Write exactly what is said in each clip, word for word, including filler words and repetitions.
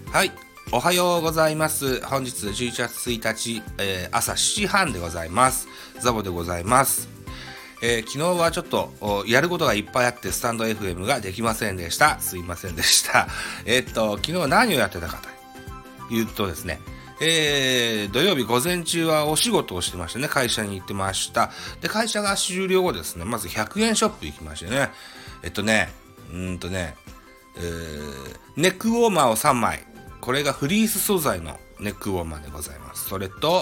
はい、おはようございます。本日じゅういちがつついたち、えー、朝しちじはんでございます。ザボでございます。えー、昨日はちょっとやることがいっぱいあってスタンド エフエム ができませんでした。すいませんでした。えー、っと昨日は何をやってたかというとですね、えー、土曜日午前中はお仕事をしてましたね。会社に行ってました。で、会社が終了後ですね、まずひゃくえんショップ行きましてね。えっとね、うーんとね、えー、ネックウォーマーをさんまい。これがフリース素材のネックウォーマーでございます。それと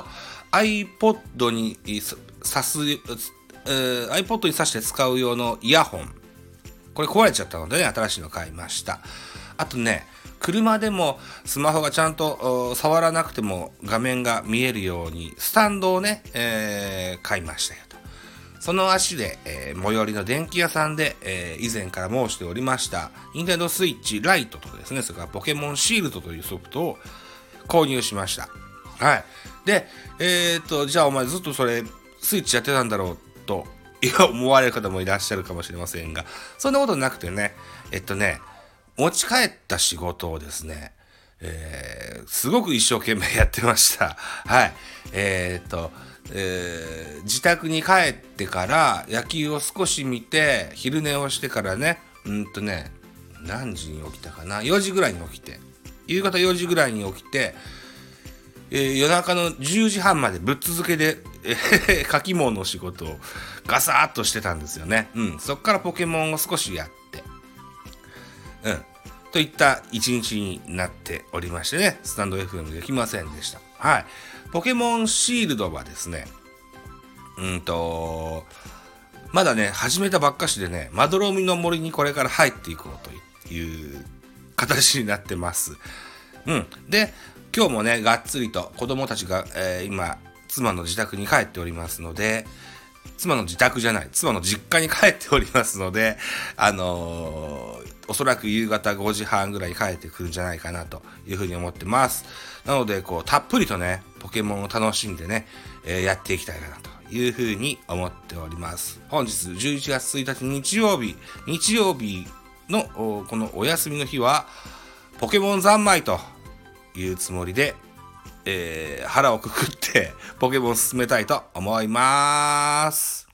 iPod に挿す、えー、iPod に挿して使う用のイヤホン。これ壊れちゃったのでね、新しいの買いました。あとね、車でもスマホがちゃんと触らなくても画面が見えるようにスタンドをね、えー、買いましたよと。その足で、えー、最寄りの電気屋さんで、えー、以前から申しておりましたニンテンドースイッチライトとかですね、それからポケモンシールドというソフトを購入しました。はい。で、えー、っと、じゃあお前ずっとそれスイッチやってたんだろうと思われる方もいらっしゃるかもしれませんが、そんなことなくてね、えっとね、持ち帰った仕事をですね、えー、すごく一生懸命やってました。はい。えー、っと、えー、自宅に帰ってから野球を少し見て昼寝をしてからね、うんとね何時に起きたかな、よじぐらいに起きて、夕方よじぐらいに起きて、えー、夜中のじゅうじはんまでぶっ続けで、えー、書き物の仕事をガサーッとしてたんですよね。うん、そっからポケモンを少しやって、うんといった一日になっておりましてね、スタンド エフエム できませんでした。はい。ポケモンシールドはですね、うんと、まだね、始めたばっかしでね、まどろみの森にこれから入っていこうという形になってます。うん。で、今日もね、がっつりと子供たちが、えー、今、妻の自宅に帰っておりますので、妻の自宅じゃない、妻の実家に帰っておりますので、あのー、おそらく夕方ごじはんぐらいに帰ってくるんじゃないかなというふうに思ってます。なので、こう、たっぷりとね、ポケモンを楽しんでね、えー、やっていきたいかなというふうに思っております。本日じゅういちがつついたち日曜日、日曜日のこのお休みの日は、ポケモン三昧というつもりで、えー、腹をくくってポケモン進めたいと思います。